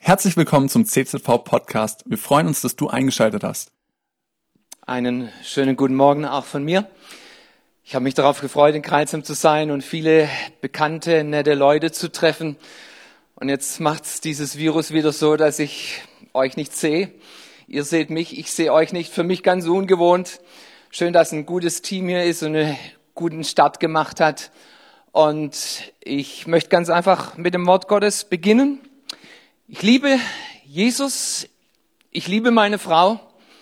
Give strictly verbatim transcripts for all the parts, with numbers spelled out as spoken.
Herzlich willkommen zum C Z V-Podcast. Wir freuen uns, dass du eingeschaltet hast. Einen schönen guten Morgen auch von mir. Ich habe mich darauf gefreut, in Kreilsheim zu sein und viele bekannte, nette Leute zu treffen. Und jetzt macht's dieses Virus wieder so, dass ich euch nicht sehe. Ihr seht mich, ich sehe euch nicht. Für mich ganz ungewohnt. Schön, dass ein gutes Team hier ist und einen guten Start gemacht hat. Und ich möchte ganz einfach mit dem Wort Gottes beginnen. Ich liebe Jesus, ich liebe meine Frau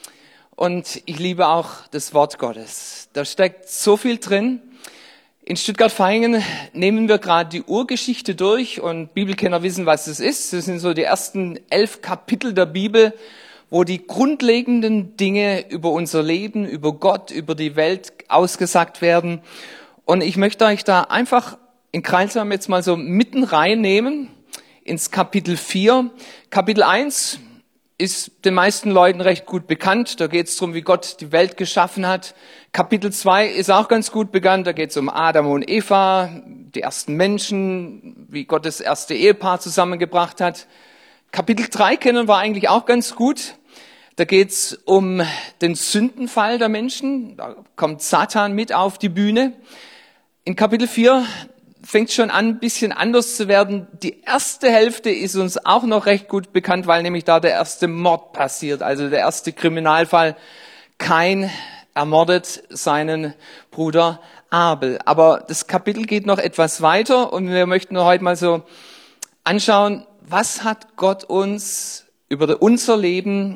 und ich liebe auch das Wort Gottes. Da steckt so viel drin. In Stuttgart-Vaihingen nehmen wir gerade die Urgeschichte durch und Bibelkenner wissen, was es ist. Das sind so die ersten elf Kapitel der Bibel, wo die grundlegenden Dinge über unser Leben, über Gott, über die Welt ausgesagt werden. Und ich möchte euch da einfach in Kreilsheim jetzt mal so mitten reinnehmen ins Kapitel vier. Kapitel eins ist den meisten Leuten recht gut bekannt. Da geht es darum, wie Gott die Welt geschaffen hat. Kapitel zwei ist auch ganz gut bekannt. Da geht es um Adam und Eva, die ersten Menschen, wie Gott das erste Ehepaar zusammengebracht hat. Kapitel drei kennen wir eigentlich auch ganz gut. Da geht es um den Sündenfall der Menschen. Da kommt Satan mit auf die Bühne. In Kapitel vier fängt schon an, ein bisschen anders zu werden. Die erste Hälfte ist uns auch noch recht gut bekannt, weil nämlich da der erste Mord passiert, also der erste Kriminalfall. Kain ermordet seinen Bruder Abel. Aber das Kapitel geht noch etwas weiter und wir möchten heute mal so anschauen, was hat Gott uns über unser Leben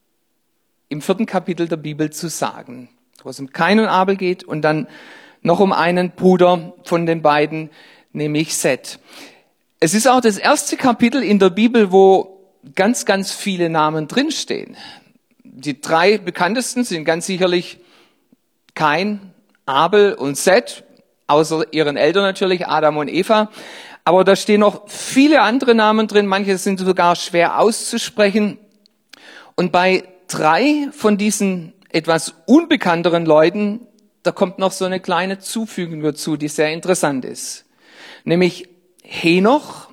im vierten Kapitel der Bibel zu sagen, wo es um Kain und Abel geht und dann noch um einen Bruder von den beiden, nämlich Seth. Es ist auch das erste Kapitel in der Bibel, wo ganz, ganz viele Namen drinstehen. Die drei bekanntesten sind ganz sicherlich Kain, Abel und Seth, außer ihren Eltern natürlich, Adam und Eva. Aber da stehen noch viele andere Namen drin, manche sind sogar schwer auszusprechen. Und bei drei von diesen etwas unbekannteren Leuten, da kommt noch so eine kleine Zufügung dazu, die sehr interessant ist. Nämlich Henoch.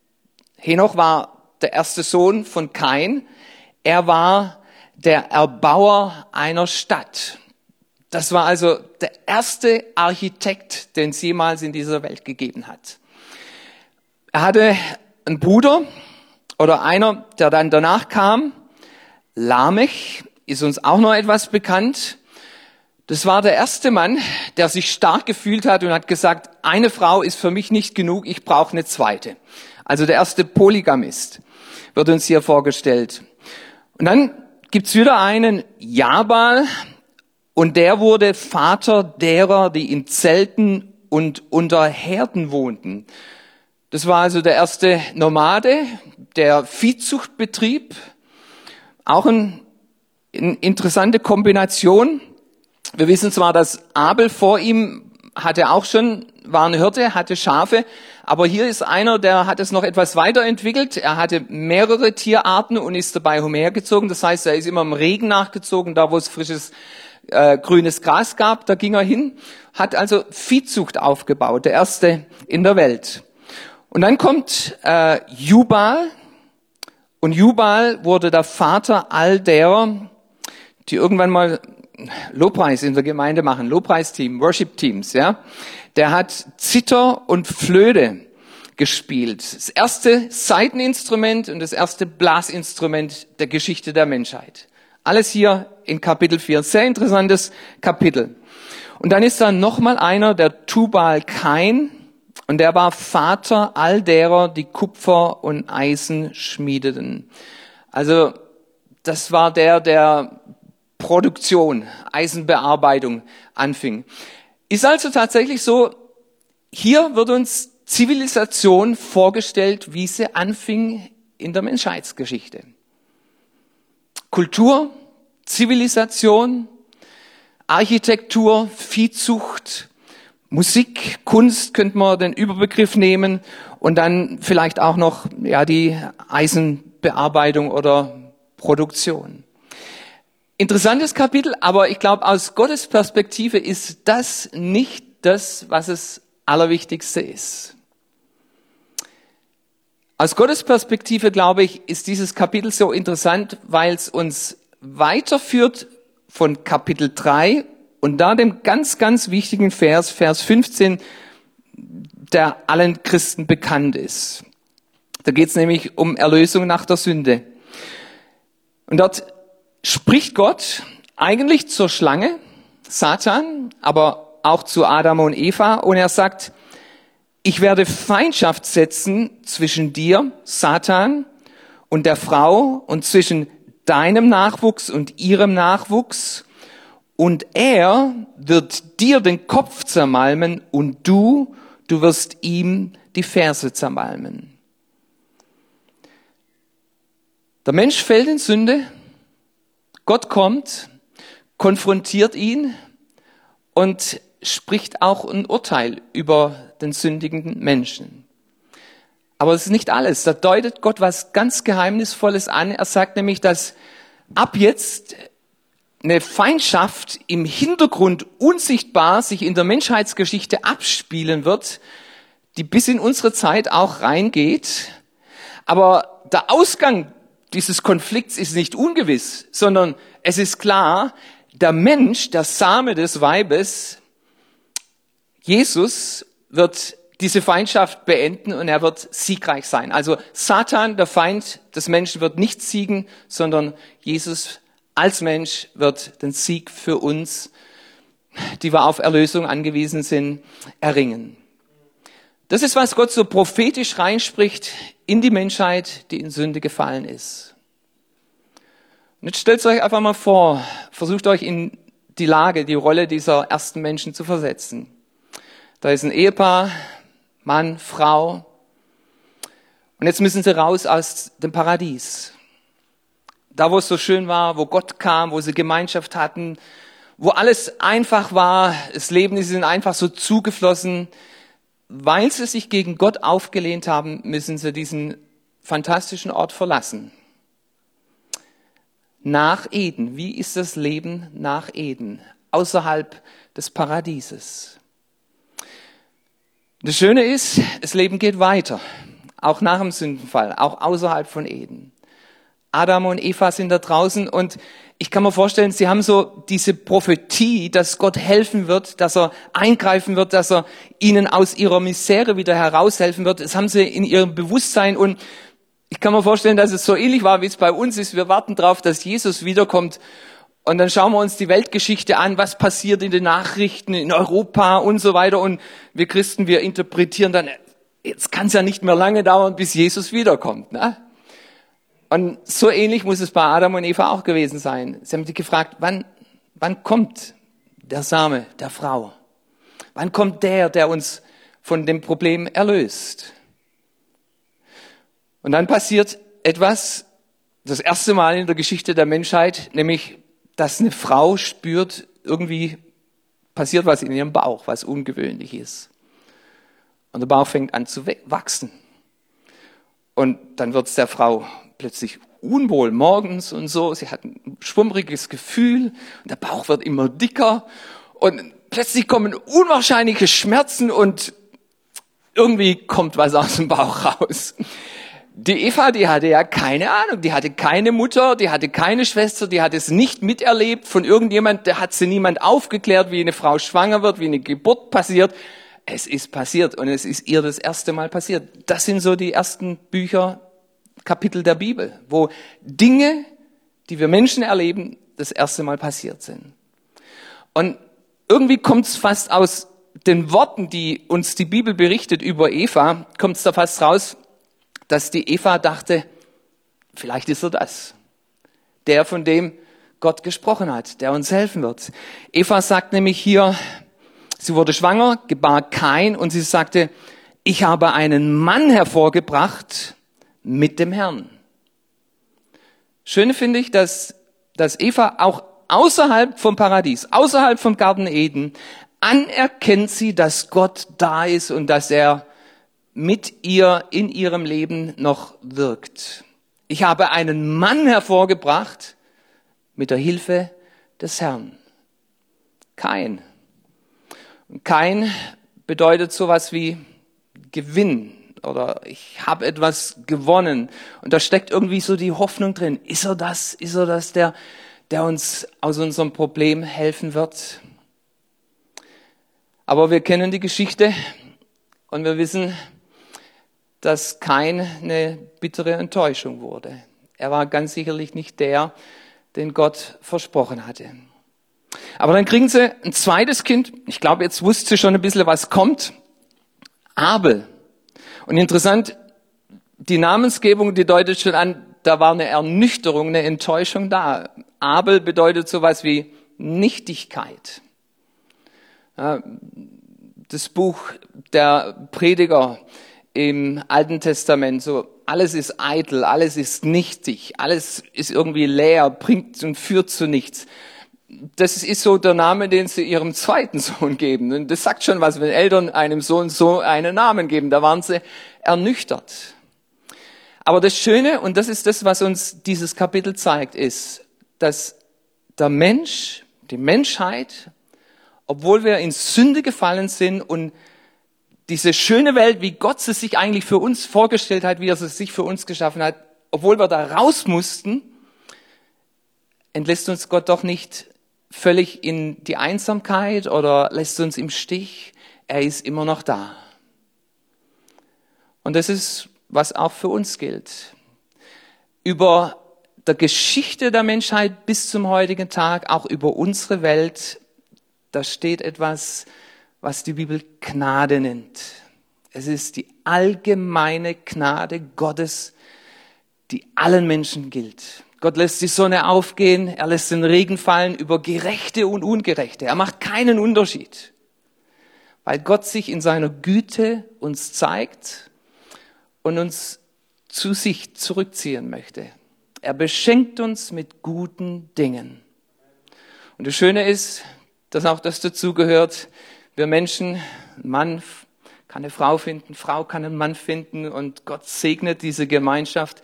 Henoch war der erste Sohn von Kain. Er war der Erbauer einer Stadt. Das war also der erste Architekt, den es jemals in dieser Welt gegeben hat. Er hatte einen Bruder oder einer, der dann danach kam. Lamech ist uns auch noch etwas bekannt. Das war der erste Mann, der sich stark gefühlt hat und hat gesagt, eine Frau ist für mich nicht genug, ich brauche eine zweite. Also der erste Polygamist wird uns hier vorgestellt. Und dann gibt's wieder einen Jabal und der wurde Vater derer, die in Zelten und unter Herden wohnten. Das war also der erste Nomade, der Viehzucht betrieb. Auch eine interessante Kombination. Wir wissen zwar, dass Abel vor ihm hatte auch schon, war ein Hirte, hatte Schafe, aber hier ist einer, der hat es noch etwas weiterentwickelt. Er hatte mehrere Tierarten und ist dabei umhergezogen. Das heißt, er ist immer im Regen nachgezogen, da wo es frisches äh, grünes Gras gab, da ging er hin. Hat also Viehzucht aufgebaut, der erste in der Welt. Und dann kommt äh, Jubal und Jubal wurde der Vater all derer, die irgendwann mal Lobpreis in der Gemeinde machen, Lobpreisteam, Worship-Teams, ja. Der hat Zither und Flöte gespielt. Das erste Saiteninstrument und das erste Blasinstrument der Geschichte der Menschheit. Alles hier in Kapitel vier. Sehr interessantes Kapitel. Und dann ist da nochmal einer, der Tubal Kain, und der war Vater all derer, die Kupfer und Eisen schmiedeten. Also, das war der, der Produktion, Eisenbearbeitung anfing. Ist also tatsächlich so, hier wird uns Zivilisation vorgestellt, wie sie anfing in der Menschheitsgeschichte. Kultur, Zivilisation, Architektur, Viehzucht, Musik, Kunst könnte man den Überbegriff nehmen und dann vielleicht auch noch ja die Eisenbearbeitung oder Produktion. Interessantes Kapitel, aber ich glaube, aus Gottes Perspektive ist das nicht das, was das Allerwichtigste ist. Aus Gottes Perspektive, glaube ich, ist dieses Kapitel so interessant, weil es uns weiterführt von Kapitel drei und da dem ganz, ganz wichtigen Vers, Vers fünfzehn, der allen Christen bekannt ist. Da geht es nämlich um Erlösung nach der Sünde. Und dort spricht Gott eigentlich zur Schlange, Satan, aber auch zu Adam und Eva. Und er sagt, ich werde Feindschaft setzen zwischen dir, Satan, und der Frau und zwischen deinem Nachwuchs und ihrem Nachwuchs. Und er wird dir den Kopf zermalmen und du, du wirst ihm die Ferse zermalmen. Der Mensch fällt in Sünde, Gott kommt, konfrontiert ihn und spricht auch ein Urteil über den sündigen Menschen. Aber es ist nicht alles. Da deutet Gott was ganz Geheimnisvolles an. Er sagt nämlich, dass ab jetzt eine Feindschaft im Hintergrund unsichtbar sich in der Menschheitsgeschichte abspielen wird, die bis in unsere Zeit auch reingeht. Aber der Ausgang dieses Konflikts ist nicht ungewiss, sondern es ist klar, der Mensch, der Same des Weibes, Jesus, wird diese Feindschaft beenden und er wird siegreich sein. Also Satan, der Feind des Menschen, wird nicht siegen, sondern Jesus als Mensch wird den Sieg für uns, die wir auf Erlösung angewiesen sind, erringen. Das ist, was Gott so prophetisch reinspricht in die Menschheit, die in Sünde gefallen ist. Und jetzt stellt euch einfach mal vor, versucht euch in die Lage, die Rolle dieser ersten Menschen zu versetzen. Da ist ein Ehepaar, Mann, Frau. Und jetzt müssen sie raus aus dem Paradies. Da, wo es so schön war, wo Gott kam, wo sie Gemeinschaft hatten, wo alles einfach war, das Leben ist ihnen einfach so zugeflossen. Weil sie sich gegen Gott aufgelehnt haben, müssen sie diesen fantastischen Ort verlassen. Nach Eden. Wie ist das Leben nach Eden? Außerhalb des Paradieses. Das Schöne ist, das Leben geht weiter. Auch nach dem Sündenfall, auch außerhalb von Eden. Adam und Eva sind da draußen und ich kann mir vorstellen, sie haben so diese Prophetie, dass Gott helfen wird, dass er eingreifen wird, dass er ihnen aus ihrer Misere wieder heraushelfen wird. Das haben sie in ihrem Bewusstsein und ich kann mir vorstellen, dass es so ähnlich war, wie es bei uns ist. Wir warten darauf, dass Jesus wiederkommt und dann schauen wir uns die Weltgeschichte an, was passiert in den Nachrichten in Europa und so weiter und wir Christen, wir interpretieren dann, jetzt kann es ja nicht mehr lange dauern, bis Jesus wiederkommt, ne? Und so ähnlich muss es bei Adam und Eva auch gewesen sein. Sie haben sich gefragt, wann, wann kommt der Same der Frau? Wann kommt der, der uns von dem Problem erlöst? Und dann passiert etwas, das erste Mal in der Geschichte der Menschheit, nämlich, dass eine Frau spürt, irgendwie passiert was in ihrem Bauch, was ungewöhnlich ist. Und der Bauch fängt an zu wachsen. Und dann wird es der Frau plötzlich unwohl morgens und so. Sie hat ein schwummriges Gefühl und der Bauch wird immer dicker und plötzlich kommen unwahrscheinliche Schmerzen und irgendwie kommt was aus dem Bauch raus. Die Eva, die hatte ja keine Ahnung, die hatte keine Mutter, die hatte keine Schwester, die hat es nicht miterlebt von irgendjemand, da hat sie niemand aufgeklärt, wie eine Frau schwanger wird, wie eine Geburt passiert. Es ist passiert und es ist ihr das erste Mal passiert. Das sind so die ersten Bücher, Kapitel der Bibel, wo Dinge, die wir Menschen erleben, das erste Mal passiert sind. Und irgendwie kommt es fast aus den Worten, die uns die Bibel berichtet über Eva, kommt es da fast raus, dass die Eva dachte, vielleicht ist er das. Der, von dem Gott gesprochen hat, der uns helfen wird. Eva sagt nämlich hier, sie wurde schwanger, gebar Kain und sie sagte, ich habe einen Mann hervorgebracht mit dem Herrn. Schön finde ich, dass, dass Eva auch außerhalb vom Paradies, außerhalb vom Garten Eden, anerkennt sie, dass Gott da ist und dass er mit ihr in ihrem Leben noch wirkt. Ich habe einen Mann hervorgebracht mit der Hilfe des Herrn. Kain. Und Kain bedeutet sowas wie Gewinn oder ich habe etwas gewonnen. Und da steckt irgendwie so die Hoffnung drin. Ist er das? Ist er das, der, der uns aus unserem Problem helfen wird? Aber wir kennen die Geschichte und wir wissen, dass Kain eine bittere Enttäuschung wurde. Er war ganz sicherlich nicht der, den Gott versprochen hatte. Aber dann kriegen sie ein zweites Kind. Ich glaube, jetzt wusste sie schon ein bisschen, was kommt. Abel. Und interessant, die Namensgebung, die deutet schon an, da war eine Ernüchterung, eine Enttäuschung da. Abel bedeutet sowas wie Nichtigkeit. Das Buch der Prediger im Alten Testament, so alles ist eitel, alles ist nichtig, alles ist irgendwie leer, bringt und führt zu nichts. Das ist so der Name, den sie ihrem zweiten Sohn geben. Und das sagt schon was, wenn Eltern einem Sohn so einen Namen geben. Da waren sie ernüchtert. Aber das Schöne, und das ist das, was uns dieses Kapitel zeigt, ist, dass der Mensch, die Menschheit, obwohl wir in Sünde gefallen sind und diese schöne Welt, wie Gott sie sich eigentlich für uns vorgestellt hat, wie er sie sich für uns geschaffen hat, obwohl wir da raus mussten, entlässt uns Gott doch nicht völlig in die Einsamkeit oder lässt uns im Stich. Er ist immer noch da. Und das ist, was auch für uns gilt. Über der Geschichte der Menschheit bis zum heutigen Tag, auch über unsere Welt, da steht etwas, was die Bibel Gnade nennt. Es ist die allgemeine Gnade Gottes, die allen Menschen gilt. Gott lässt die Sonne aufgehen, er lässt den Regen fallen über Gerechte und Ungerechte. Er macht keinen Unterschied, weil Gott sich in seiner Güte uns zeigt und uns zu sich zurückziehen möchte. Er beschenkt uns mit guten Dingen. Und das Schöne ist, dass auch das dazugehört. Wir Menschen, ein Mann kann eine Frau finden, Frau kann einen Mann finden und Gott segnet diese Gemeinschaft.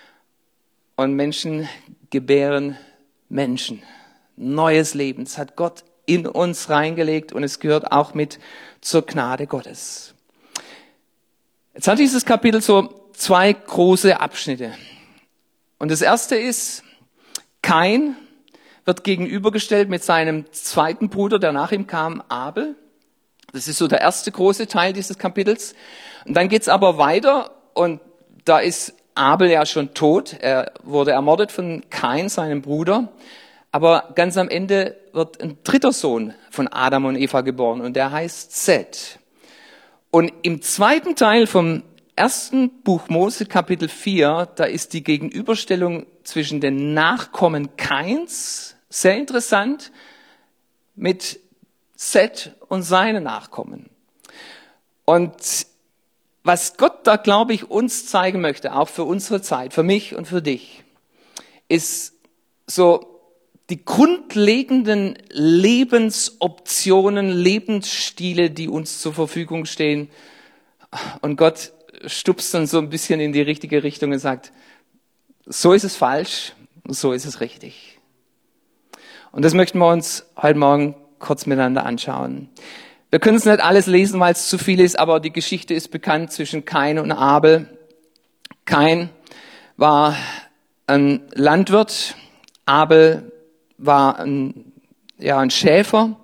Und Menschen gebären Menschen. Neues Leben. Das hat Gott in uns reingelegt und es gehört auch mit zur Gnade Gottes. Jetzt hat dieses Kapitel so zwei große Abschnitte. Und das erste ist, Kain wird gegenübergestellt mit seinem zweiten Bruder, der nach ihm kam, Abel. Das ist so der erste große Teil dieses Kapitels. Und dann geht's aber weiter und da ist Abel ja schon tot. Er wurde ermordet von Kain, seinem Bruder. Aber ganz am Ende wird ein dritter Sohn von Adam und Eva geboren und der heißt Seth. Und im zweiten Teil vom ersten Buch Mose, Kapitel vier, da ist die Gegenüberstellung zwischen den Nachkommen Kains, sehr interessant, mit Seth und seinen Nachkommen. Und was Gott da, glaube ich, uns zeigen möchte, auch für unsere Zeit, für mich und für dich, ist so die grundlegenden Lebensoptionen, Lebensstile, die uns zur Verfügung stehen. Und Gott stupst uns so ein bisschen in die richtige Richtung und sagt, so ist es falsch, so ist es richtig. Und das möchten wir uns heute Morgen kurz miteinander anschauen. Wir können es nicht alles lesen, weil es zu viel ist, aber die Geschichte ist bekannt zwischen Kain und Abel. Kain war ein Landwirt, Abel war ein, ja, ein Schäfer.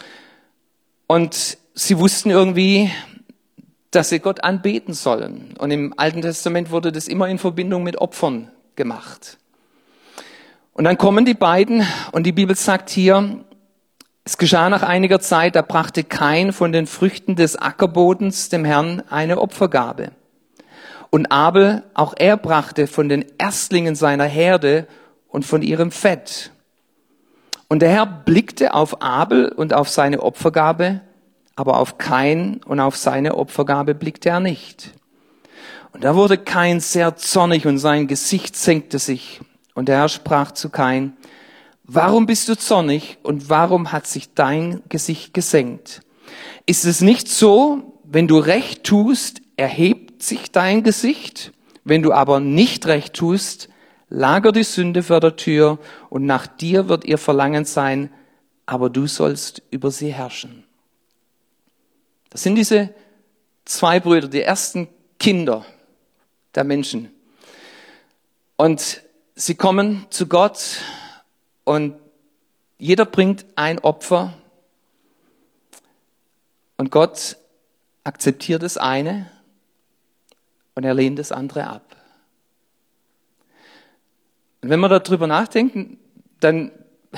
Und sie wussten irgendwie, dass sie Gott anbeten sollen. Und im Alten Testament wurde das immer in Verbindung mit Opfern gemacht. Und dann kommen die beiden und die Bibel sagt hier, es geschah nach einiger Zeit, da brachte Kain von den Früchten des Ackerbodens dem Herrn eine Opfergabe. Und Abel, auch er brachte von den Erstlingen seiner Herde und von ihrem Fett. Und der Herr blickte auf Abel und auf seine Opfergabe, aber auf Kain und auf seine Opfergabe blickte er nicht. Und da wurde Kain sehr zornig und sein Gesicht senkte sich. Und der Herr sprach zu Kain, warum bist du zornig und warum hat sich dein Gesicht gesenkt? Ist es nicht so, wenn du recht tust, erhebt sich dein Gesicht? Wenn du aber nicht recht tust, lagert die Sünde vor der Tür und nach dir wird ihr Verlangen sein, aber du sollst über sie herrschen. Das sind diese zwei Brüder, die ersten Kinder der Menschen. Und sie kommen zu Gott und jeder bringt ein Opfer und Gott akzeptiert das eine und er lehnt das andere ab. Und wenn wir darüber nachdenken, dann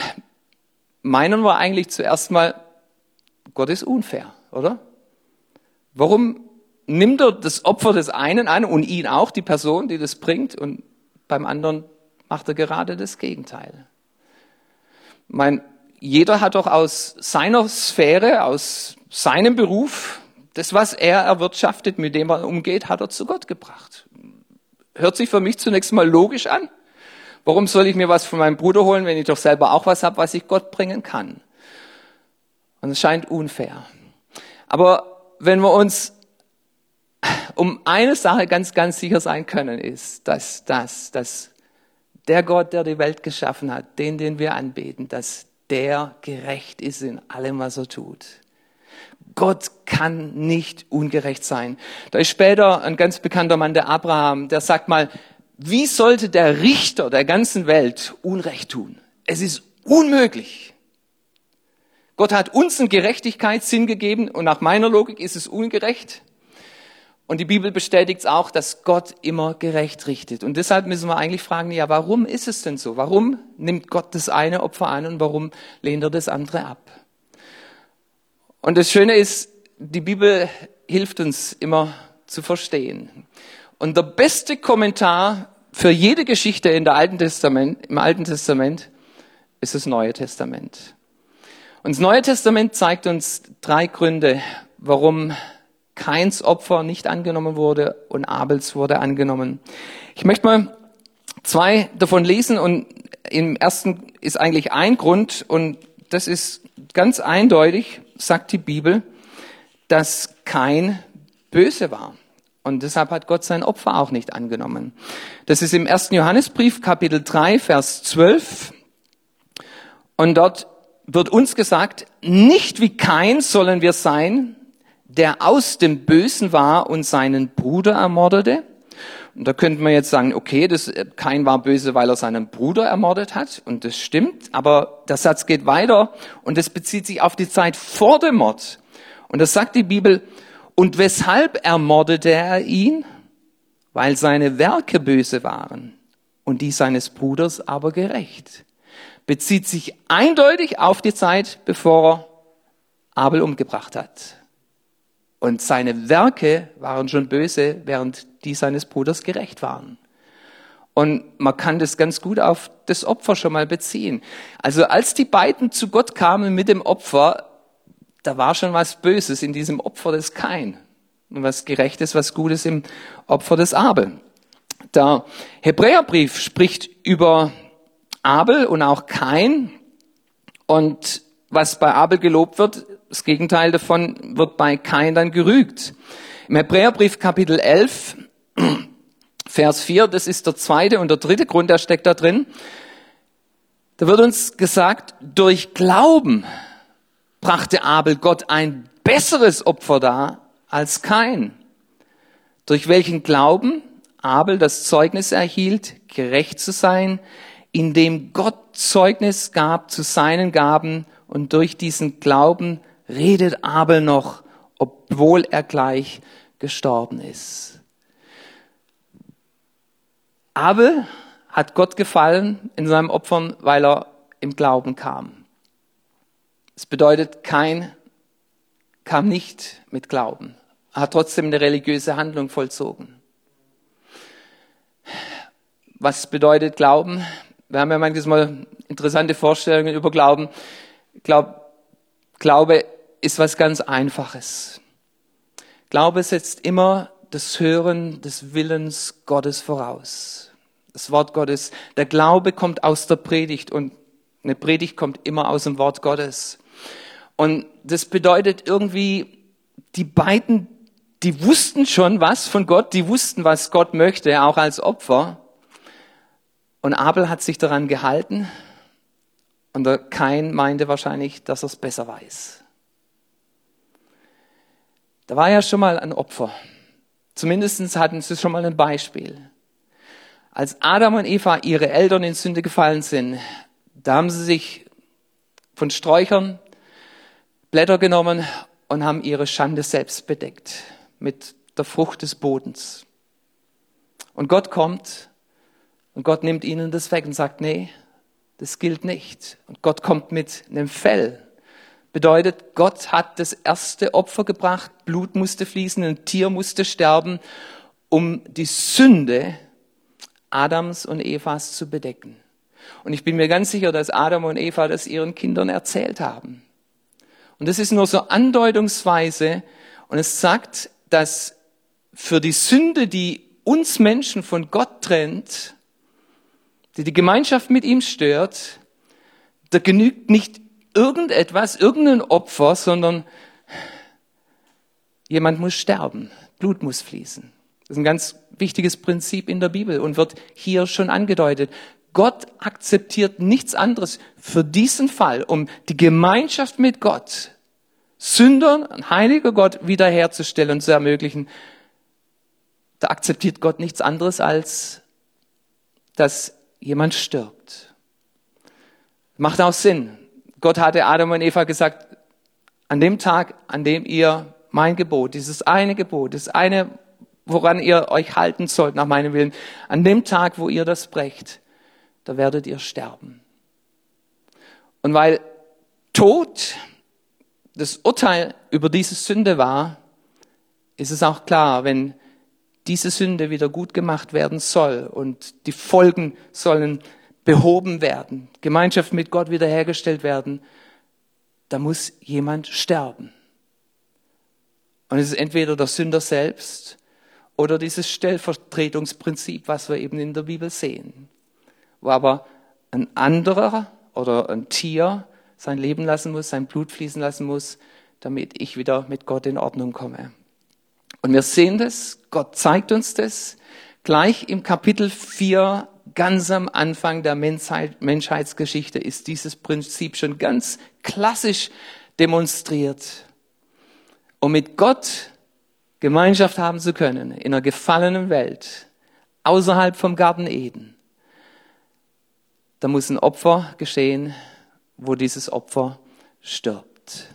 meinen wir eigentlich zuerst mal, Gott ist unfair, oder? Warum nimmt er das Opfer des einen an und ihn auch, die Person, die das bringt, und beim anderen macht er gerade das Gegenteil? Ich meine, jeder hat doch aus seiner Sphäre, aus seinem Beruf, das, was er erwirtschaftet, mit dem er umgeht, hat er zu Gott gebracht. Hört sich für mich zunächst mal logisch an. Warum soll ich mir was von meinem Bruder holen, wenn ich doch selber auch was habe, was ich Gott bringen kann? Und es scheint unfair. Aber wenn wir uns um eine Sache ganz, ganz sicher sein können, ist, dass, dass, dass der Gott, der die Welt geschaffen hat, den, den wir anbeten, dass der gerecht ist in allem, was er tut. Gott kann nicht ungerecht sein. Da ist später ein ganz bekannter Mann, der Abraham, der sagt mal, wie sollte der Richter der ganzen Welt Unrecht tun? Es ist unmöglich. Gott hat uns einen Gerechtigkeitssinn gegeben und nach meiner Logik ist es ungerecht. Und die Bibel bestätigt es auch, dass Gott immer gerecht richtet. Und deshalb müssen wir eigentlich fragen, ja, warum ist es denn so? Warum nimmt Gott das eine Opfer an und warum lehnt er das andere ab? Und das Schöne ist, die Bibel hilft uns immer zu verstehen. Und der beste Kommentar für jede Geschichte in der Alten Testament, im Alten Testament ist das Neue Testament. Und das Neue Testament zeigt uns drei Gründe, warum Kains Opfer nicht angenommen wurde und Abels wurde angenommen. Ich möchte mal zwei davon lesen und im ersten ist eigentlich ein Grund und das ist ganz eindeutig, sagt die Bibel, dass Kain böse war. Und deshalb hat Gott sein Opfer auch nicht angenommen. Das ist im ersten Johannesbrief, Kapitel drei, Vers zwölf. Und dort wird uns gesagt, nicht wie Kain sollen wir sein, der aus dem Bösen war und seinen Bruder ermordete. Und da könnte man jetzt sagen, okay, das, Kain war böse, weil er seinen Bruder ermordet hat. Und das stimmt. Aber der Satz geht weiter und das bezieht sich auf die Zeit vor dem Mord. Und das sagt die Bibel, und weshalb ermordete er ihn? Weil seine Werke böse waren und die seines Bruders aber gerecht. Bezieht sich eindeutig auf die Zeit, bevor er Abel umgebracht hat. Und seine Werke waren schon böse, während die seines Bruders gerecht waren. Und man kann das ganz gut auf das Opfer schon mal beziehen. Also als die beiden zu Gott kamen mit dem Opfer, da war schon was Böses in diesem Opfer des Kain und was Gerechtes, was Gutes im Opfer des Abel. Der Hebräerbrief spricht über Abel und auch Kain und was bei Abel gelobt wird, das Gegenteil davon wird bei Kain dann gerügt. Im Hebräerbrief Kapitel elf, Vers vier, das ist der zweite und der dritte Grund, der steckt da drin. Da wird uns gesagt, durch Glauben brachte Abel Gott ein besseres Opfer dar als Kain, durch welchen Glauben Abel das Zeugnis erhielt, gerecht zu sein, indem Gott Zeugnis gab zu seinen Gaben und durch diesen Glauben redet Abel noch, obwohl er gleich gestorben ist. Abel hat Gott gefallen in seinem Opfern, weil er im Glauben kam. Das bedeutet, Kain kam nicht mit Glauben. Er hat trotzdem eine religiöse Handlung vollzogen. Was bedeutet Glauben? Wir haben ja manchmal interessante Vorstellungen über Glauben. Ich glaube, Glaube ist was ganz Einfaches. Glaube setzt immer das Hören des Willens Gottes voraus. Das Wort Gottes. Der Glaube kommt aus der Predigt und eine Predigt kommt immer aus dem Wort Gottes. Und das bedeutet irgendwie, die beiden, die wussten schon was von Gott, die wussten, was Gott möchte, auch als Opfer. Und Abel hat sich daran gehalten und der Kain meinte wahrscheinlich, dass er es besser weiß. Da war ja schon mal ein Opfer. Zumindest hatten sie schon mal ein Beispiel. Als Adam und Eva ihre Eltern in Sünde gefallen sind, da haben sie sich von Sträuchern Blätter genommen und haben ihre Schande selbst bedeckt mit der Frucht des Bodens. Und Gott kommt und Gott nimmt ihnen das weg und sagt, nee, das gilt nicht. Und Gott kommt mit einem Fell. Bedeutet, Gott hat das erste Opfer gebracht, Blut musste fließen, ein Tier musste sterben, um die Sünde Adams und Evas zu bedecken. Und ich bin mir ganz sicher, dass Adam und Eva das ihren Kindern erzählt haben. Und das ist nur so andeutungsweise. Und es sagt, dass für die Sünde, die uns Menschen von Gott trennt, die die Gemeinschaft mit ihm stört, da genügt nicht irgendetwas, irgendein Opfer, sondern jemand muss sterben, Blut muss fließen. Das ist ein ganz wichtiges Prinzip in der Bibel und wird hier schon angedeutet. Gott akzeptiert nichts anderes für diesen Fall, um die Gemeinschaft mit Gott, Sündern, ein heiliger Gott wiederherzustellen und zu ermöglichen. Da akzeptiert Gott nichts anderes, als dass jemand stirbt. Macht auch Sinn. Gott hatte Adam und Eva gesagt, an dem Tag, an dem ihr mein Gebot, dieses eine Gebot, das eine, woran ihr euch halten sollt nach meinem Willen, an dem Tag, wo ihr das brecht, da werdet ihr sterben. Und weil Tod das Urteil über diese Sünde war, ist es auch klar, wenn diese Sünde wieder gut gemacht werden soll und die Folgen sollen behoben werden, Gemeinschaft mit Gott wiederhergestellt werden, da muss jemand sterben. Und es ist entweder der Sünder selbst oder dieses Stellvertretungsprinzip, was wir eben in der Bibel sehen, wo aber ein anderer oder ein Tier sein Leben lassen muss, sein Blut fließen lassen muss, damit ich wieder mit Gott in Ordnung komme. Und wir sehen das, Gott zeigt uns das, gleich im Kapitel vier, ganz am Anfang der Menschheit, Menschheitsgeschichte ist dieses Prinzip schon ganz klassisch demonstriert. Um mit Gott Gemeinschaft haben zu können, in einer gefallenen Welt, außerhalb vom Garten Eden, da muss ein Opfer geschehen, wo dieses Opfer stirbt.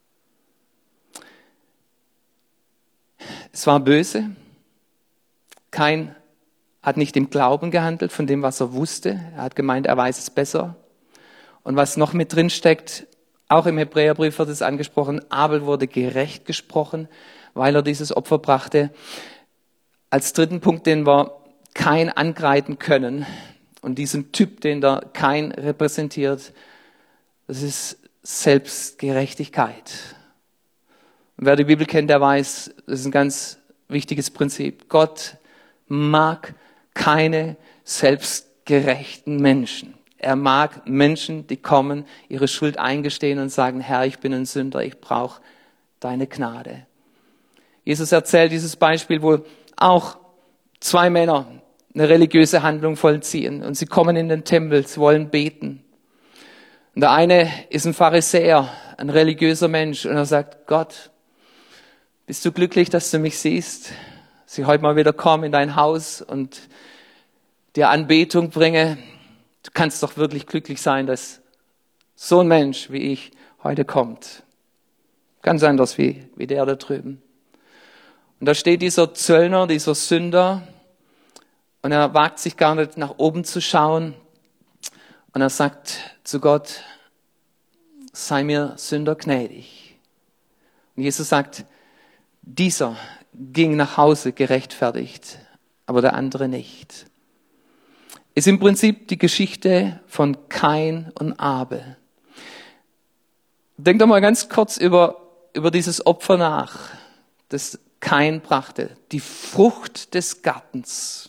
Es war böse. Kain hat nicht im Glauben gehandelt von dem, was er wusste. Er hat gemeint, er weiß es besser. Und was noch mit drin steckt, auch im Hebräerbrief wird es angesprochen, Abel wurde gerecht gesprochen, weil er dieses Opfer brachte. Als dritten Punkt, den wir Kain angreifen können, und diesen Typ, den der Kain repräsentiert, das ist Selbstgerechtigkeit. Und wer die Bibel kennt, der weiß, das ist ein ganz wichtiges Prinzip. Gott mag keine selbstgerechten Menschen. Er mag Menschen, die kommen, ihre Schuld eingestehen und sagen, Herr, ich bin ein Sünder, ich brauche deine Gnade. Jesus erzählt dieses Beispiel, wo auch zwei Männer eine religiöse Handlung vollziehen und sie kommen in den Tempel, sie wollen beten. Und der eine ist ein Pharisäer, ein religiöser Mensch und er sagt, Gott, bist du glücklich, dass du mich siehst? Dass ich heute mal wieder komme in dein Haus und dir Anbetung bringe. Du kannst doch wirklich glücklich sein, dass so ein Mensch wie ich heute kommt. Ganz anders wie, wie der da drüben. Und da steht dieser Zöllner, dieser Sünder und er wagt sich gar nicht nach oben zu schauen und er sagt zu Gott, sei mir Sünder gnädig. Und Jesus sagt, dieser ging nach Hause gerechtfertigt, aber der andere nicht. Ist im Prinzip die Geschichte von Kain und Abel. Denkt doch mal ganz kurz über, über dieses Opfer nach, das Kain brachte. Die Frucht des Gartens.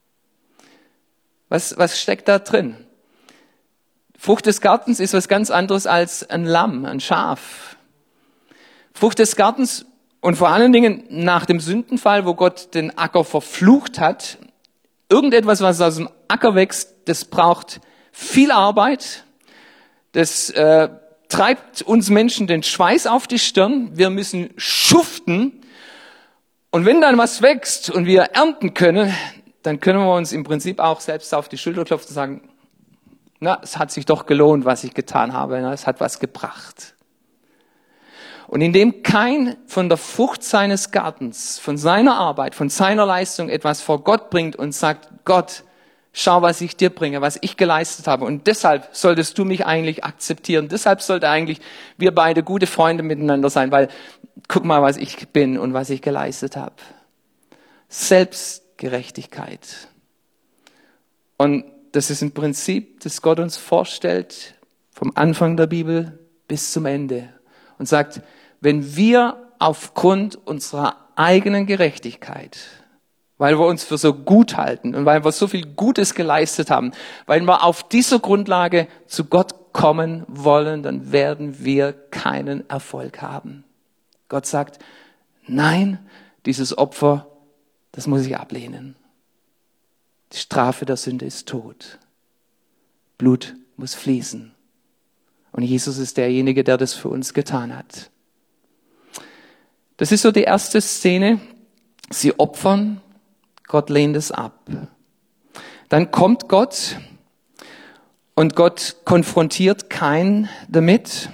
Was, was steckt da drin? Frucht des Gartens ist was ganz anderes als ein Lamm, ein Schaf. Frucht des Gartens und vor allen Dingen nach dem Sündenfall, wo Gott den Acker verflucht hat, irgendetwas, was aus dem Acker wächst, das braucht viel Arbeit, das äh, treibt uns Menschen den Schweiß auf die Stirn, wir müssen schuften Und wenn dann was wächst und wir ernten können, dann können wir uns im Prinzip auch selbst auf die Schulter klopfen und sagen, na, es hat sich doch gelohnt, was ich getan habe, na, es hat was gebracht. Und indem kein von der Frucht seines Gartens, von seiner Arbeit, von seiner Leistung etwas vor Gott bringt und sagt, Gott, schau, was ich dir bringe, was ich geleistet habe. Und deshalb solltest du mich eigentlich akzeptieren. Deshalb sollte eigentlich wir beide gute Freunde miteinander sein, weil guck mal, was ich bin und was ich geleistet habe. Selbstgerechtigkeit. Und das ist ein Prinzip, das Gott uns vorstellt, vom Anfang der Bibel bis zum Ende. Und sagt, wenn wir aufgrund unserer eigenen Gerechtigkeit, weil wir uns für so gut halten und weil wir so viel Gutes geleistet haben, weil wir auf dieser Grundlage zu Gott kommen wollen, dann werden wir keinen Erfolg haben. Gott sagt, nein, dieses Opfer, das muss ich ablehnen. Die Strafe der Sünde ist Tod. Blut muss fließen. Und Jesus ist derjenige, der das für uns getan hat. Das ist so die erste Szene. Sie opfern, Gott lehnt es ab. Dann kommt Gott und Gott konfrontiert Kain damit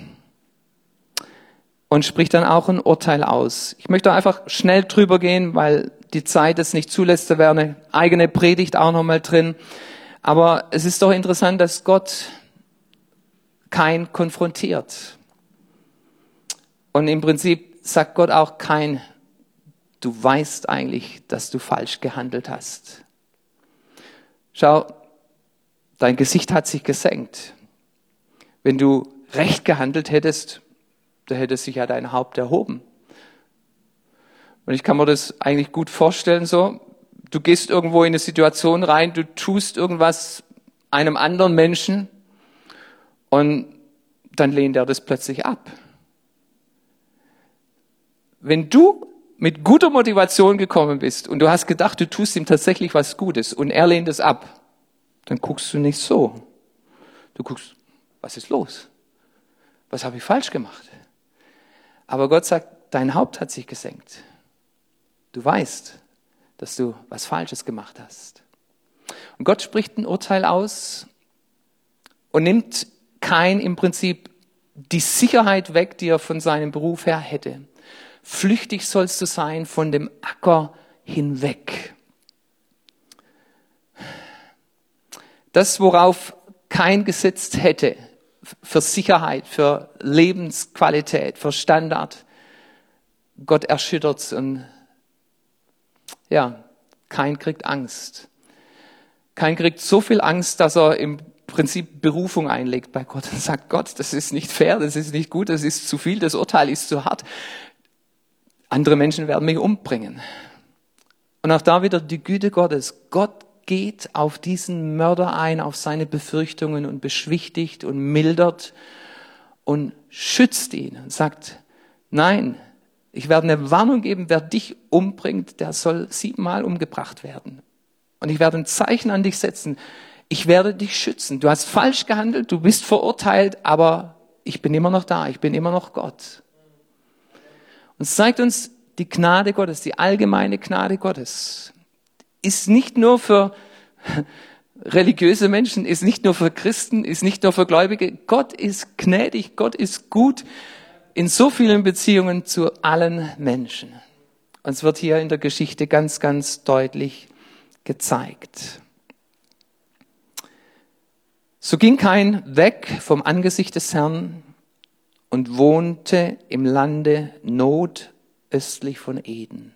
und spricht dann auch ein Urteil aus. Ich möchte einfach schnell drüber gehen, weil die Zeit es nicht zulässt. Da wäre eine eigene Predigt auch nochmal drin. Aber es ist doch interessant, dass Gott Kain konfrontiert. Und im Prinzip sagt Gott auch Kain, du weißt eigentlich, dass du falsch gehandelt hast. Schau, dein Gesicht hat sich gesenkt. Wenn du recht gehandelt hättest, da hätte sich ja dein Haupt erhoben. Und ich kann mir das eigentlich gut vorstellen so. Du gehst irgendwo in eine Situation rein, du tust irgendwas einem anderen Menschen und dann lehnt er das plötzlich ab. Wenn du mit guter Motivation gekommen bist und du hast gedacht, du tust ihm tatsächlich was Gutes und er lehnt es ab, dann guckst du nicht so. Du guckst, was ist los? Was habe ich falsch gemacht? Aber Gott sagt, dein Haupt hat sich gesenkt. Du weißt, dass du was Falsches gemacht hast. Und Gott spricht ein Urteil aus und nimmt Kain im Prinzip die Sicherheit weg, die er von seinem Beruf her hätte. Flüchtig sollst du sein von dem Acker hinweg. Das, worauf Kain gesetzt hätte, für Sicherheit, für Lebensqualität, für Standard, Gott erschüttert's und ja, Kain kriegt Angst. Kain kriegt so viel Angst, dass er im Prinzip Berufung einlegt bei Gott und sagt, Gott, das ist nicht fair, das ist nicht gut, das ist zu viel, das Urteil ist zu hart. Andere Menschen werden mich umbringen. Und auch da wieder die Güte Gottes. Gott geht auf diesen Mörder ein, auf seine Befürchtungen und beschwichtigt und mildert und schützt ihn und sagt, nein, ich werde eine Warnung geben, wer dich umbringt, der soll siebenmal umgebracht werden. Und ich werde ein Zeichen an dich setzen. Ich werde dich schützen. Du hast falsch gehandelt, du bist verurteilt, aber ich bin immer noch da, ich bin immer noch Gott. Und es zeigt uns die Gnade Gottes, die allgemeine Gnade Gottes. Ist nicht nur für religiöse Menschen, ist nicht nur für Christen, ist nicht nur für Gläubige. Gott ist gnädig, Gott ist gut in so vielen Beziehungen zu allen Menschen. Und es wird hier in der Geschichte ganz, ganz deutlich gezeigt. So ging Kain weg vom Angesicht des Herrn und wohnte im Lande Nod östlich von Eden.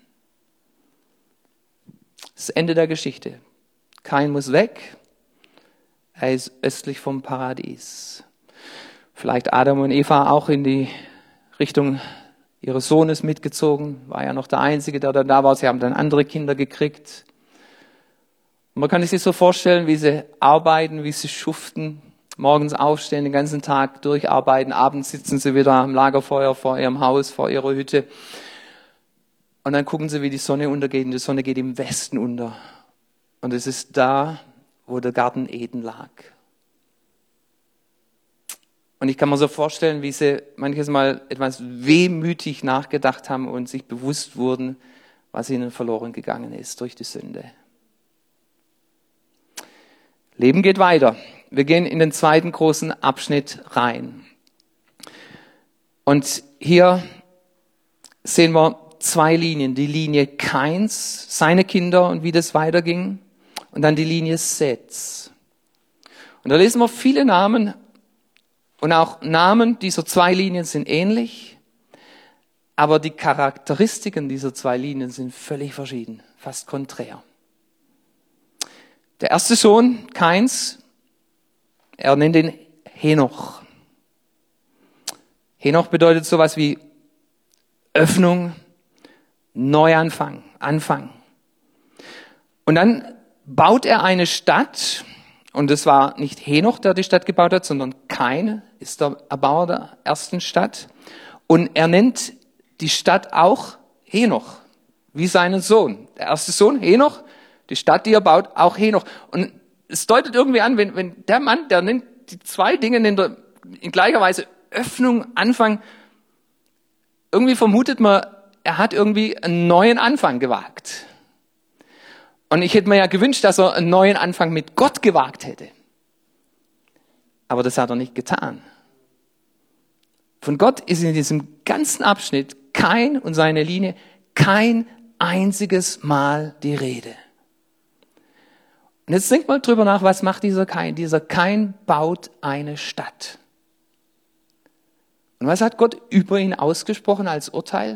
Das Ende der Geschichte. Kain muss weg. Er ist östlich vom Paradies. Vielleicht Adam und Eva auch in die Richtung ihres Sohnes mitgezogen. War ja noch der Einzige, der dann da war. Sie haben dann andere Kinder gekriegt. Und man kann sich so vorstellen, wie sie arbeiten, wie sie schuften. Morgens aufstehen, den ganzen Tag durcharbeiten. Abends sitzen sie wieder am Lagerfeuer vor ihrem Haus, vor ihrer Hütte. Und dann gucken sie, wie die Sonne untergeht. Und die Sonne geht im Westen unter. Und es ist da, wo der Garten Eden lag. Und ich kann mir so vorstellen, wie sie manches Mal etwas wehmütig nachgedacht haben und sich bewusst wurden, was ihnen verloren gegangen ist durch die Sünde. Leben geht weiter. Wir gehen in den zweiten großen Abschnitt rein. Und hier sehen wir zwei Linien. Die Linie Kains, seine Kinder und wie das weiterging. Und dann die Linie Seths. Und da lesen wir viele Namen. Und auch Namen dieser zwei Linien sind ähnlich. Aber die Charakteristiken dieser zwei Linien sind völlig verschieden, fast konträr. Der erste Sohn, Kains, er nennt ihn Henoch. Henoch bedeutet sowas wie Öffnung, Neuanfang, Anfang. Und dann baut er eine Stadt, und es war nicht Henoch, der die Stadt gebaut hat, sondern Kain ist der Erbauer der ersten Stadt. Und er nennt die Stadt auch Henoch, wie seinen Sohn. Der erste Sohn, Henoch, die Stadt, die er baut, auch Henoch. Und es deutet irgendwie an, wenn, wenn der Mann, der nennt die zwei Dinge in, der, in gleicher Weise Öffnung, Anfang, irgendwie vermutet man, er hat irgendwie einen neuen Anfang gewagt. Und ich hätte mir ja gewünscht, dass er einen neuen Anfang mit Gott gewagt hätte. Aber das hat er nicht getan. Von Gott ist in diesem ganzen Abschnitt Kain und seine Linie kein einziges Mal die Rede. Und jetzt denkt mal drüber nach, was macht dieser Kain? Dieser Kain baut eine Stadt. Und was hat Gott über ihn ausgesprochen als Urteil?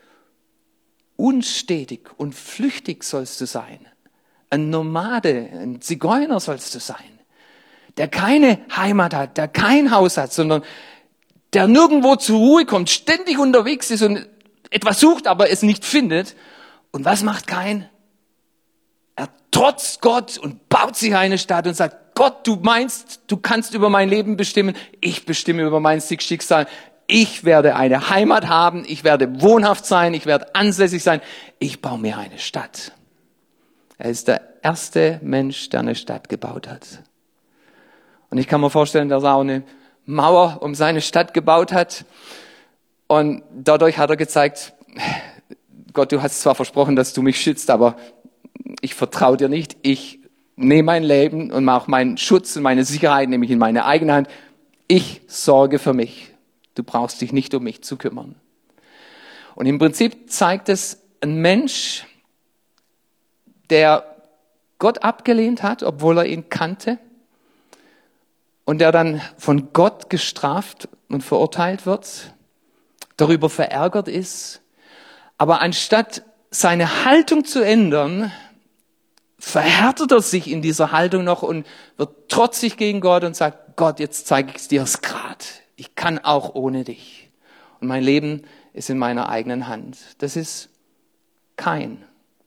Unstetig und flüchtig sollst du sein. Ein Nomade, ein Zigeuner sollst du sein, der keine Heimat hat, der kein Haus hat, sondern der nirgendwo zur Ruhe kommt, ständig unterwegs ist und etwas sucht, aber es nicht findet. Und was macht Kain? Er trotzt Gott und baut sich eine Stadt und sagt, Gott, du meinst, du kannst über mein Leben bestimmen, ich bestimme über mein Schicksal. Ich werde eine Heimat haben, ich werde wohnhaft sein, ich werde ansässig sein, ich baue mir eine Stadt. Er ist der erste Mensch, der eine Stadt gebaut hat. Und ich kann mir vorstellen, dass er auch eine Mauer um seine Stadt gebaut hat. Und dadurch hat er gezeigt, Gott, du hast zwar versprochen, dass du mich schützt, aber ich vertraue dir nicht. Ich nehme mein Leben und auch meinen Schutz und meine Sicherheit nehme ich in meine eigene Hand. Ich sorge für mich. Du brauchst dich nicht um mich zu kümmern. Und im Prinzip zeigt es ein Mensch, der Gott abgelehnt hat, obwohl er ihn kannte, und der dann von Gott gestraft und verurteilt wird, darüber verärgert ist, aber anstatt seine Haltung zu ändern, verhärtet er sich in dieser Haltung noch und wird trotzig gegen Gott und sagt, Gott, jetzt zeige ich dir es grad. Ich kann auch ohne dich. Und mein Leben ist in meiner eigenen Hand. Das ist Kain.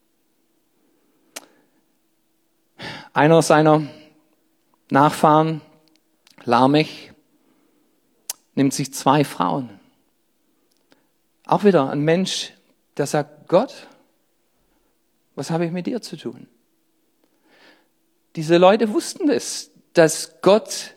Einer seiner Nachfahren, Lamech, nimmt sich zwei Frauen. Auch wieder ein Mensch, der sagt, Gott, was habe ich mit dir zu tun? Diese Leute wussten es, dass Gott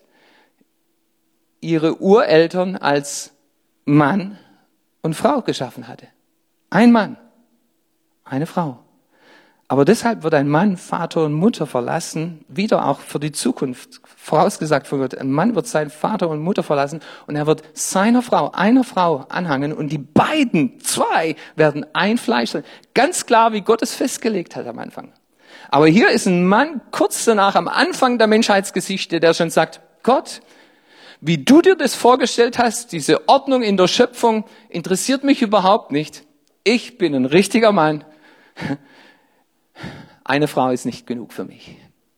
ihre Ureltern als Mann und Frau geschaffen hatte. Ein Mann, eine Frau. Aber deshalb wird ein Mann Vater und Mutter verlassen, wieder auch für die Zukunft, vorausgesagt von Gott. Ein Mann wird seinen Vater und Mutter verlassen und er wird seiner Frau, einer Frau anhangen und die beiden, zwei, werden ein Fleisch sein. Ganz klar, wie Gott es festgelegt hat am Anfang. Aber hier ist ein Mann kurz danach am Anfang der Menschheitsgeschichte, der schon sagt, Gott, wie du dir das vorgestellt hast, diese Ordnung in der Schöpfung, interessiert mich überhaupt nicht. Ich bin ein richtiger Mann. Eine Frau ist nicht genug für mich.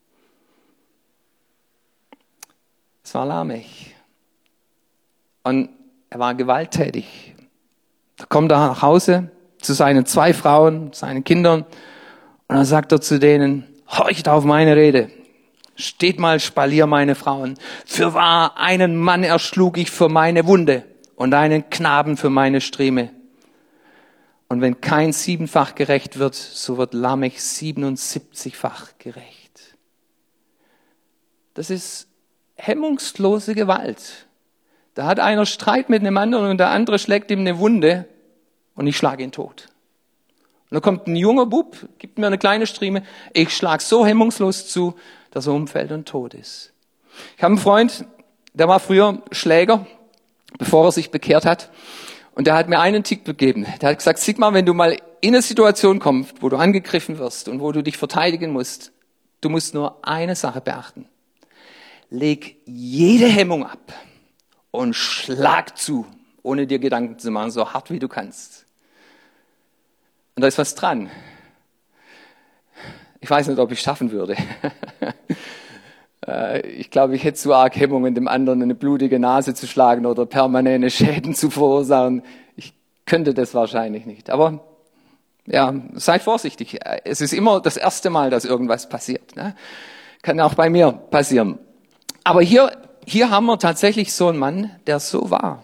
Es war Lamech. Und er war gewalttätig. Da kommt er nach Hause zu seinen zwei Frauen, seinen Kindern, und dann sagt er zu denen, horcht auf meine Rede. Steht mal Spalier, meine Frauen. Fürwahr, einen Mann erschlug ich für meine Wunde und einen Knaben für meine Strieme. Und wenn Kain siebenfach gerecht wird, so wird Lamech siebenundsiebzigfach gerecht. Das ist hemmungslose Gewalt. Da hat einer Streit mit einem anderen und der andere schlägt ihm eine Wunde und ich schlage ihn tot. Und dann kommt ein junger Bub, gibt mir eine kleine Strieme, ich schlag so hemmungslos zu, dass er umfällt und tot ist. Ich habe einen Freund, der war früher Schläger, bevor er sich bekehrt hat. Und der hat mir einen Tipp gegeben. Der hat gesagt, Sigmar, wenn du mal in eine Situation kommst, wo du angegriffen wirst und wo du dich verteidigen musst, du musst nur eine Sache beachten. Leg jede Hemmung ab und schlag zu, ohne dir Gedanken zu machen, so hart wie du kannst. Und da ist was dran. Ich weiß nicht, ob ich es schaffen würde. Ich glaube, ich hätte zu arg Hemmungen, dem anderen eine blutige Nase zu schlagen oder permanente Schäden zu verursachen. Ich könnte das wahrscheinlich nicht. Aber ja, seid vorsichtig. Es ist immer das erste Mal, dass irgendwas passiert. Ne? Kann auch bei mir passieren. Aber hier, hier haben wir tatsächlich so einen Mann, der so war.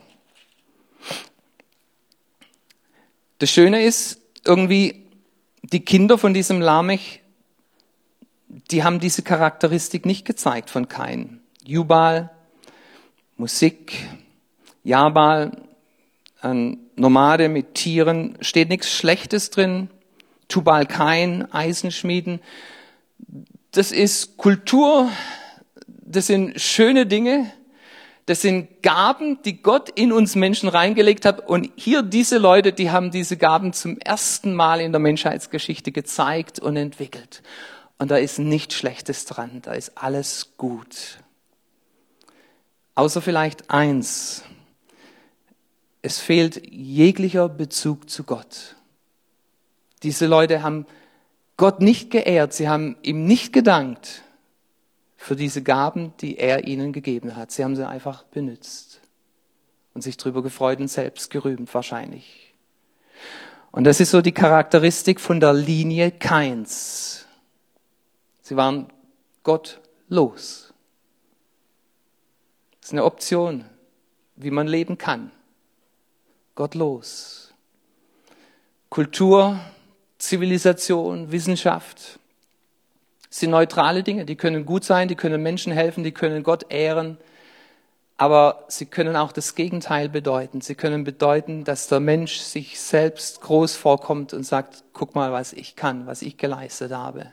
Das Schöne ist, irgendwie die Kinder von diesem Lamech, die haben diese Charakteristik nicht gezeigt von Kain. Jubal, Musik, Jabal, ein Nomade mit Tieren, steht nichts Schlechtes drin. Tubal Kain, Eisenschmieden. Das ist Kultur, das sind schöne Dinge, das sind Gaben, die Gott in uns Menschen reingelegt hat. Und hier diese Leute, die haben diese Gaben zum ersten Mal in der Menschheitsgeschichte gezeigt und entwickelt. Und da ist nichts Schlechtes dran, da ist alles gut. Außer vielleicht eins, es fehlt jeglicher Bezug zu Gott. Diese Leute haben Gott nicht geehrt, sie haben ihm nicht gedankt für diese Gaben, die er ihnen gegeben hat. Sie haben sie einfach benutzt und sich drüber gefreut und selbst gerühmt wahrscheinlich. Und das ist so die Charakteristik von der Linie Kains. Sie waren gottlos. Das ist eine Option, wie man leben kann. Gottlos. Kultur, Zivilisation, Wissenschaft sind neutrale Dinge. Die können gut sein, die können Menschen helfen, die können Gott ehren. Aber sie können auch das Gegenteil bedeuten. Sie können bedeuten, dass der Mensch sich selbst groß vorkommt und sagt, guck mal, was ich kann, was ich geleistet habe.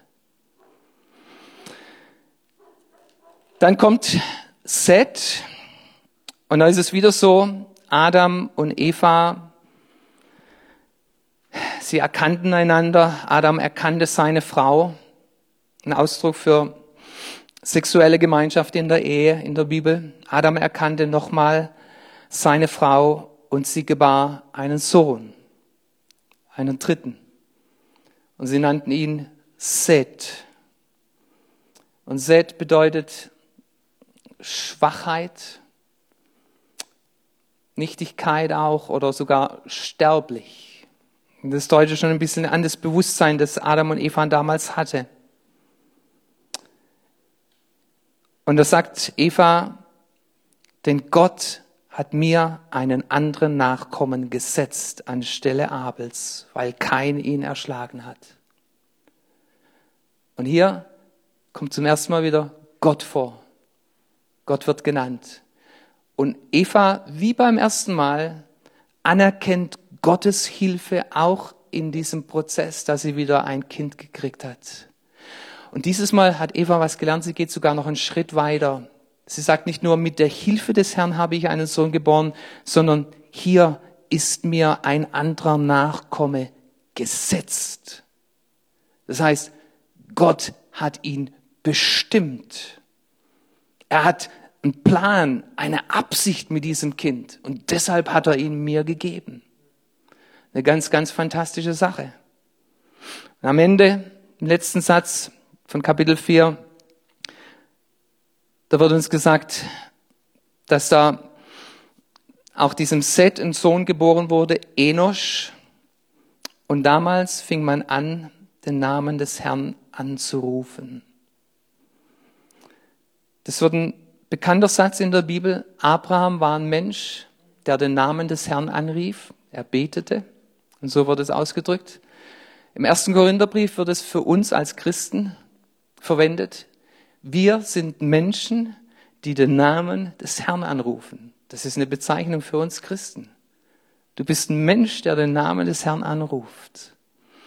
Dann kommt Seth und da ist es wieder so, Adam und Eva, sie erkannten einander, Adam erkannte seine Frau, ein Ausdruck für sexuelle Gemeinschaft in der Ehe, in der Bibel. Adam erkannte nochmal seine Frau und sie gebar einen Sohn, einen dritten. Und sie nannten ihn Seth. Und Seth bedeutet Schwachheit, Nichtigkeit auch oder sogar sterblich. Und das deutet schon ein bisschen an das Bewusstsein, das Adam und Eva damals hatte. Und da sagt Eva, denn Gott hat mir einen anderen Nachkommen gesetzt anstelle Abels, weil Kain ihn erschlagen hat. Und hier kommt zum ersten Mal wieder Gott vor. Gott wird genannt. Und Eva, wie beim ersten Mal, anerkennt Gottes Hilfe auch in diesem Prozess, dass sie wieder ein Kind gekriegt hat. Und dieses Mal hat Eva was gelernt, sie geht sogar noch einen Schritt weiter. Sie sagt nicht nur, mit der Hilfe des Herrn habe ich einen Sohn geboren, sondern hier ist mir ein anderer Nachkomme gesetzt. Das heißt, Gott hat ihn bestimmt. Er hat einen Plan, eine Absicht mit diesem Kind und deshalb hat er ihn mir gegeben. Eine ganz, ganz fantastische Sache. Und am Ende, im letzten Satz von Kapitel vier, da wird uns gesagt, dass da auch diesem Seth ein Sohn geboren wurde, Enosch. Und damals fing man an, den Namen des Herrn anzurufen. Das wird ein bekannter Satz in der Bibel. Abraham war ein Mensch, der den Namen des Herrn anrief. Er betete. Und so wird es ausgedrückt. Im ersten Korintherbrief wird es für uns als Christen verwendet. Wir sind Menschen, die den Namen des Herrn anrufen. Das ist eine Bezeichnung für uns Christen. Du bist ein Mensch, der den Namen des Herrn anruft.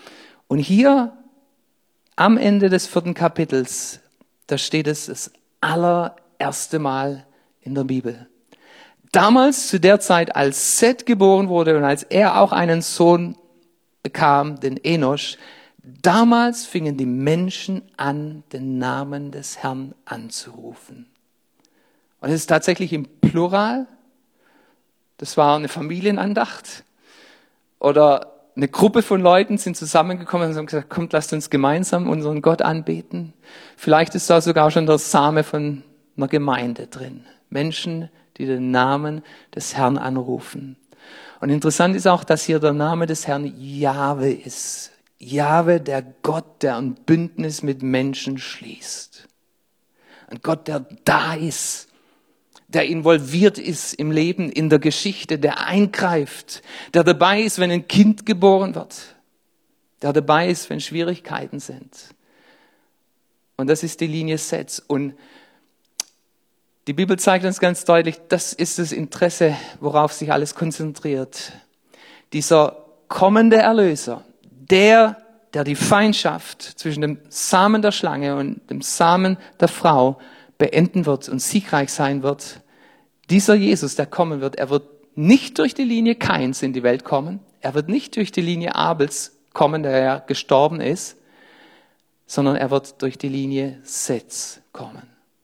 Und hier am Ende des vierten Kapitels, da steht es das allererste Mal in der Bibel. Damals, zu der Zeit, als Seth geboren wurde und als er auch einen Sohn bekam, den Enosch, damals fingen die Menschen an, den Namen des Herrn anzurufen. Und es ist tatsächlich im Plural. Das war eine Familienandacht. Oder eine Gruppe von Leuten sind zusammengekommen und haben gesagt, kommt, lasst uns gemeinsam unseren Gott anbeten. Vielleicht ist da sogar schon der Same von einer Gemeinde drin. Menschen, die den Namen des Herrn anrufen. Und interessant ist auch, dass hier der Name des Herrn Jahwe ist. Jahwe, der Gott, der ein Bündnis mit Menschen schließt. Ein Gott, der da ist, der involviert ist im Leben, in der Geschichte, der eingreift, der dabei ist, wenn ein Kind geboren wird, der dabei ist, wenn Schwierigkeiten sind. Und das ist die Linie Seth. Und die Bibel zeigt uns ganz deutlich, das ist das Interesse, worauf sich alles konzentriert. Dieser kommende Erlöser, der, der die Feindschaft zwischen dem Samen der Schlange und dem Samen der Frau beenden wird und siegreich sein wird, dieser Jesus, der kommen wird, er wird nicht durch die Linie Kains in die Welt kommen, er wird nicht durch die Linie Abels kommen, der ja gestorben ist, sondern er wird durch die Linie Seths kommen.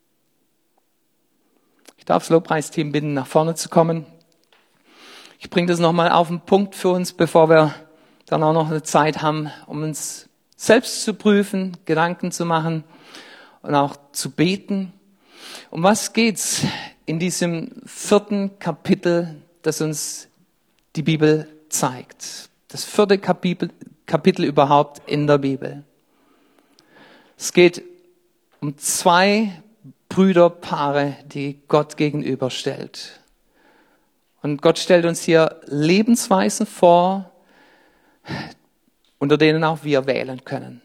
Ich darf das Lobpreisteam bitten, nach vorne zu kommen. Ich bringe das nochmal auf den Punkt für uns, bevor wir dann auch noch eine Zeit haben, um uns selbst zu prüfen, Gedanken zu machen und auch zu beten. Um was geht's in diesem vierten Kapitel, das uns die Bibel zeigt? Das vierte Kapitel, Kapitel überhaupt in der Bibel. Es geht um zwei Brüderpaare, die Gott gegenüberstellt. Und Gott stellt uns hier Lebensweisen vor, unter denen auch wir wählen können.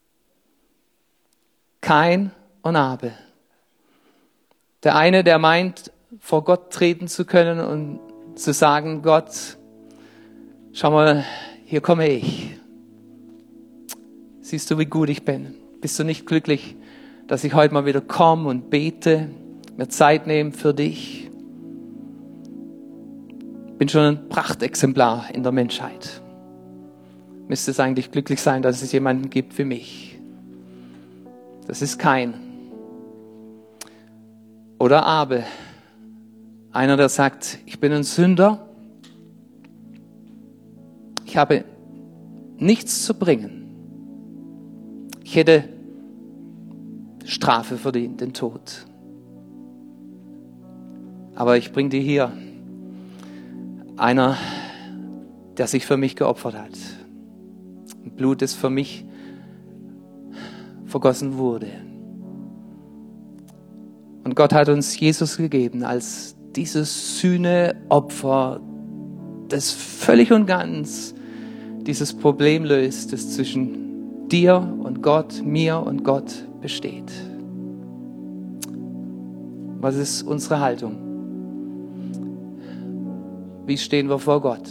Kain und Abel. Der eine, der meint, vor Gott treten zu können und zu sagen, Gott, schau mal, hier komme ich. Siehst du, wie gut ich bin? Bist du nicht glücklich, dass ich heute mal wieder komme und bete, mir Zeit nehme für dich? Bin schon ein Prachtexemplar in der Menschheit. Müsste es eigentlich glücklich sein, dass es jemanden gibt wie mich. Das ist Kain. Oder Abel. Einer, der sagt, ich bin ein Sünder. Ich habe nichts zu bringen. Ich hätte Strafe verdient, den Tod. Aber ich bringe dir hier einer, der sich für mich geopfert hat. Blut, das für mich vergossen wurde. Und Gott hat uns Jesus gegeben als dieses Sühneopfer, das völlig und ganz dieses Problem löst, das zwischen dir und Gott, mir und Gott besteht. Was ist unsere Haltung? Wie stehen wir vor Gott?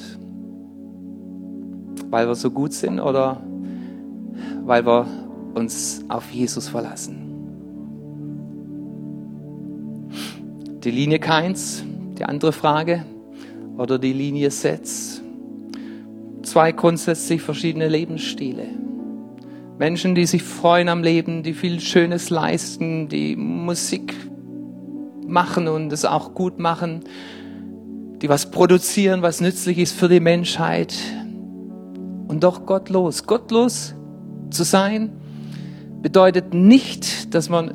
Weil wir so gut sind oder weil wir uns auf Jesus verlassen? Die Linie Kains, die andere Frage, oder die Linie Seths. Zwei grundsätzlich verschiedene Lebensstile. Menschen, die sich freuen am Leben, die viel Schönes leisten, die Musik machen und es auch gut machen, die was produzieren, was nützlich ist für die Menschheit. Und doch gottlos. Gottlos zu sein bedeutet nicht, dass man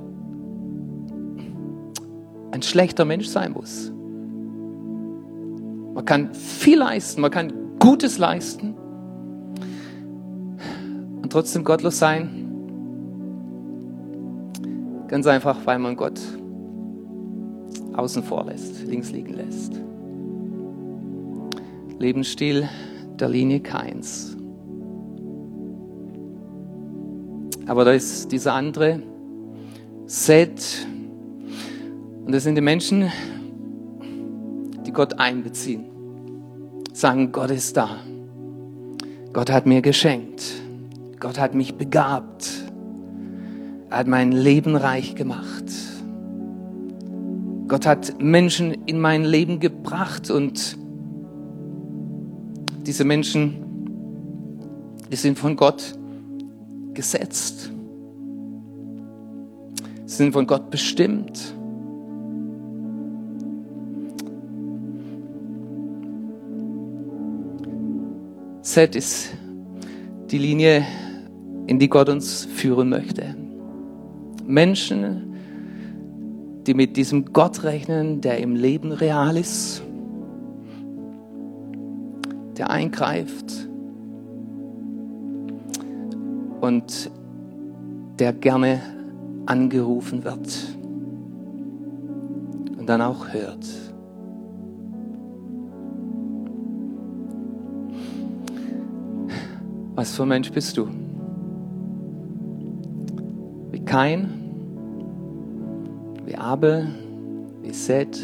ein schlechter Mensch sein muss. Man kann viel leisten, man kann Gutes leisten und trotzdem gottlos sein. Ganz einfach, weil man Gott außen vor lässt, links liegen lässt. Lebensstil der Linie Kains. Aber da ist dieser andere, Seth. Und das sind die Menschen, die Gott einbeziehen. Sagen, Gott ist da. Gott hat mir geschenkt. Gott hat mich begabt. Er hat mein Leben reich gemacht. Gott hat Menschen in mein Leben gebracht und diese Menschen, die sind von Gott gesetzt. Sie sind von Gott bestimmt. Z ist die Linie, in die Gott uns führen möchte. Menschen, die mit diesem Gott rechnen, der im Leben real ist, der eingreift und der gerne angerufen wird und dann auch hört. Was für ein Mensch bist du? Wie Kain, wie Abel, wie Seth.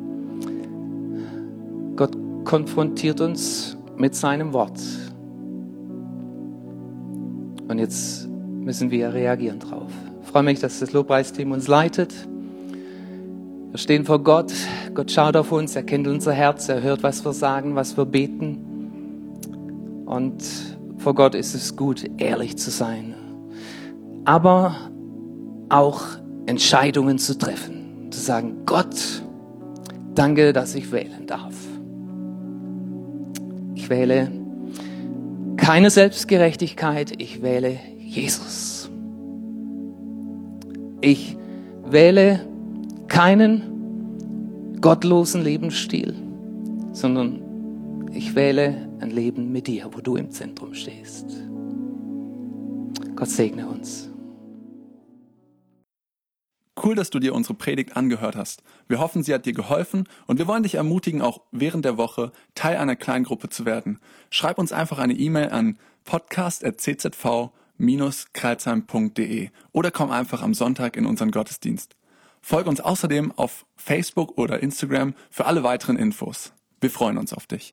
Gott konfrontiert uns mit seinem Wort. Und jetzt müssen wir reagieren drauf. Ich freue mich, dass das Lobpreisteam uns leitet. Wir stehen vor Gott. Gott schaut auf uns, er kennt unser Herz, er hört, was wir sagen, was wir beten. Und vor Gott ist es gut, ehrlich zu sein. Aber auch Entscheidungen zu treffen. Zu sagen, Gott, danke, dass ich wählen darf. Ich wähle keine Selbstgerechtigkeit, ich wähle Jesus. Ich wähle keinen gottlosen Lebensstil, sondern ich wähle ein Leben mit dir, wo du im Zentrum stehst. Gott segne uns. Cool, dass du dir unsere Predigt angehört hast. Wir hoffen, sie hat dir geholfen und wir wollen dich ermutigen, auch während der Woche Teil einer Kleingruppe zu werden. Schreib uns einfach eine E-Mail an podcast at c z v dash kreilsheim punkt d e oder komm einfach am Sonntag in unseren Gottesdienst. Folge uns außerdem auf Facebook oder Instagram für alle weiteren Infos. Wir freuen uns auf dich.